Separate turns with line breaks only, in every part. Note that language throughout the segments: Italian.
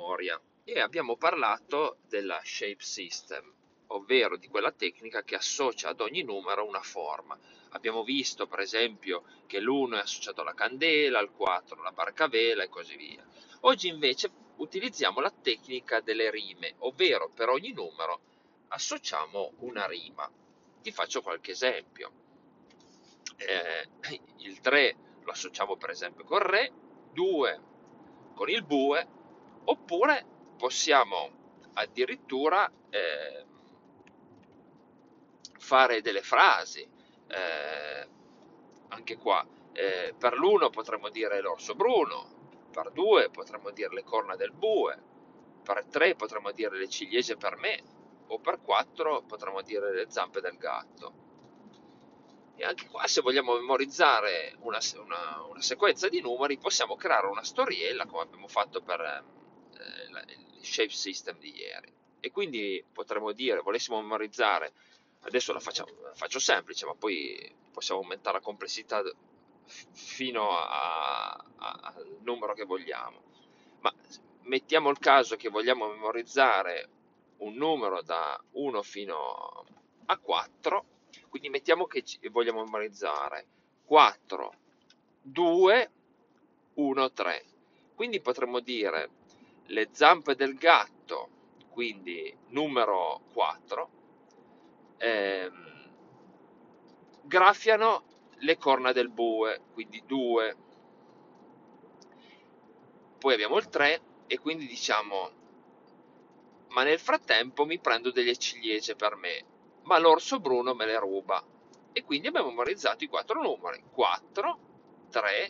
memoria e abbiamo parlato della shape system, ovvero di quella tecnica che associa ad ogni numero una forma. Abbiamo visto, per esempio, che l'1 è associato alla candela, al 4 alla barca a vela e così via. Oggi invece utilizziamo la tecnica delle rime, ovvero per ogni numero associamo una rima. Ti faccio qualche esempio. Il 3 lo associamo per esempio col re, 2 con il bue, oppure possiamo addirittura fare delle frasi. Eh, Anche qua, per l'1 potremmo dire l'orso bruno, per 2 potremmo dire le corna del bue, per 3 potremmo dire le ciliegie per me, o per 4 potremmo dire le zampe del gatto. E anche qua, se vogliamo memorizzare una sequenza di numeri, possiamo creare una storiella, come abbiamo fatto per il shape system di ieri. E quindi potremmo dire, volessimo memorizzare, adesso la faccio semplice, ma poi possiamo aumentare la complessità fino al numero che vogliamo. Ma mettiamo il caso che vogliamo memorizzare un numero da 1 fino a 4, quindi mettiamo che vogliamo memorizzare 4, 2, 1, 3. Quindi potremmo dire le zampe del gatto, quindi numero 4, ehm, graffiano le corna del bue, quindi 2. Poi abbiamo il 3 e quindi diciamo: ma nel frattempo mi prendo delle ciliegie per me, ma l'orso bruno me le ruba. E quindi abbiamo memorizzato i 4 numeri: 4, 3,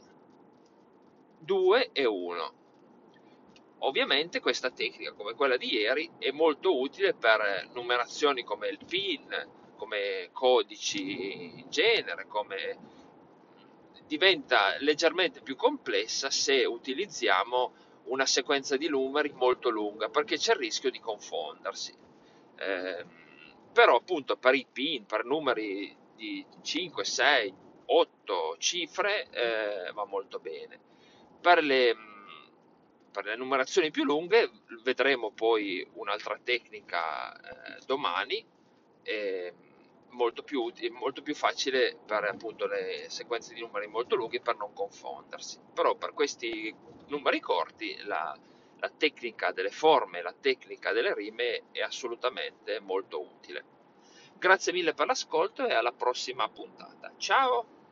2 e 1. Ovviamente questa tecnica, come quella di ieri, è molto utile per numerazioni come il PIN, come codici in genere, diventa leggermente più complessa se utilizziamo una sequenza di numeri molto lunga, perché c'è il rischio di confondersi. Eh, Però appunto per i PIN, per numeri di 5, 6, 8 cifre va molto bene. Per per le numerazioni più lunghe vedremo poi un'altra tecnica domani, eh, molto più facile per appunto le sequenze di numeri molto lunghi, per non confondersi. Però per questi numeri corti la tecnica delle forme, la tecnica delle rime è assolutamente molto utile. Grazie mille per l'ascolto e alla prossima puntata. Ciao!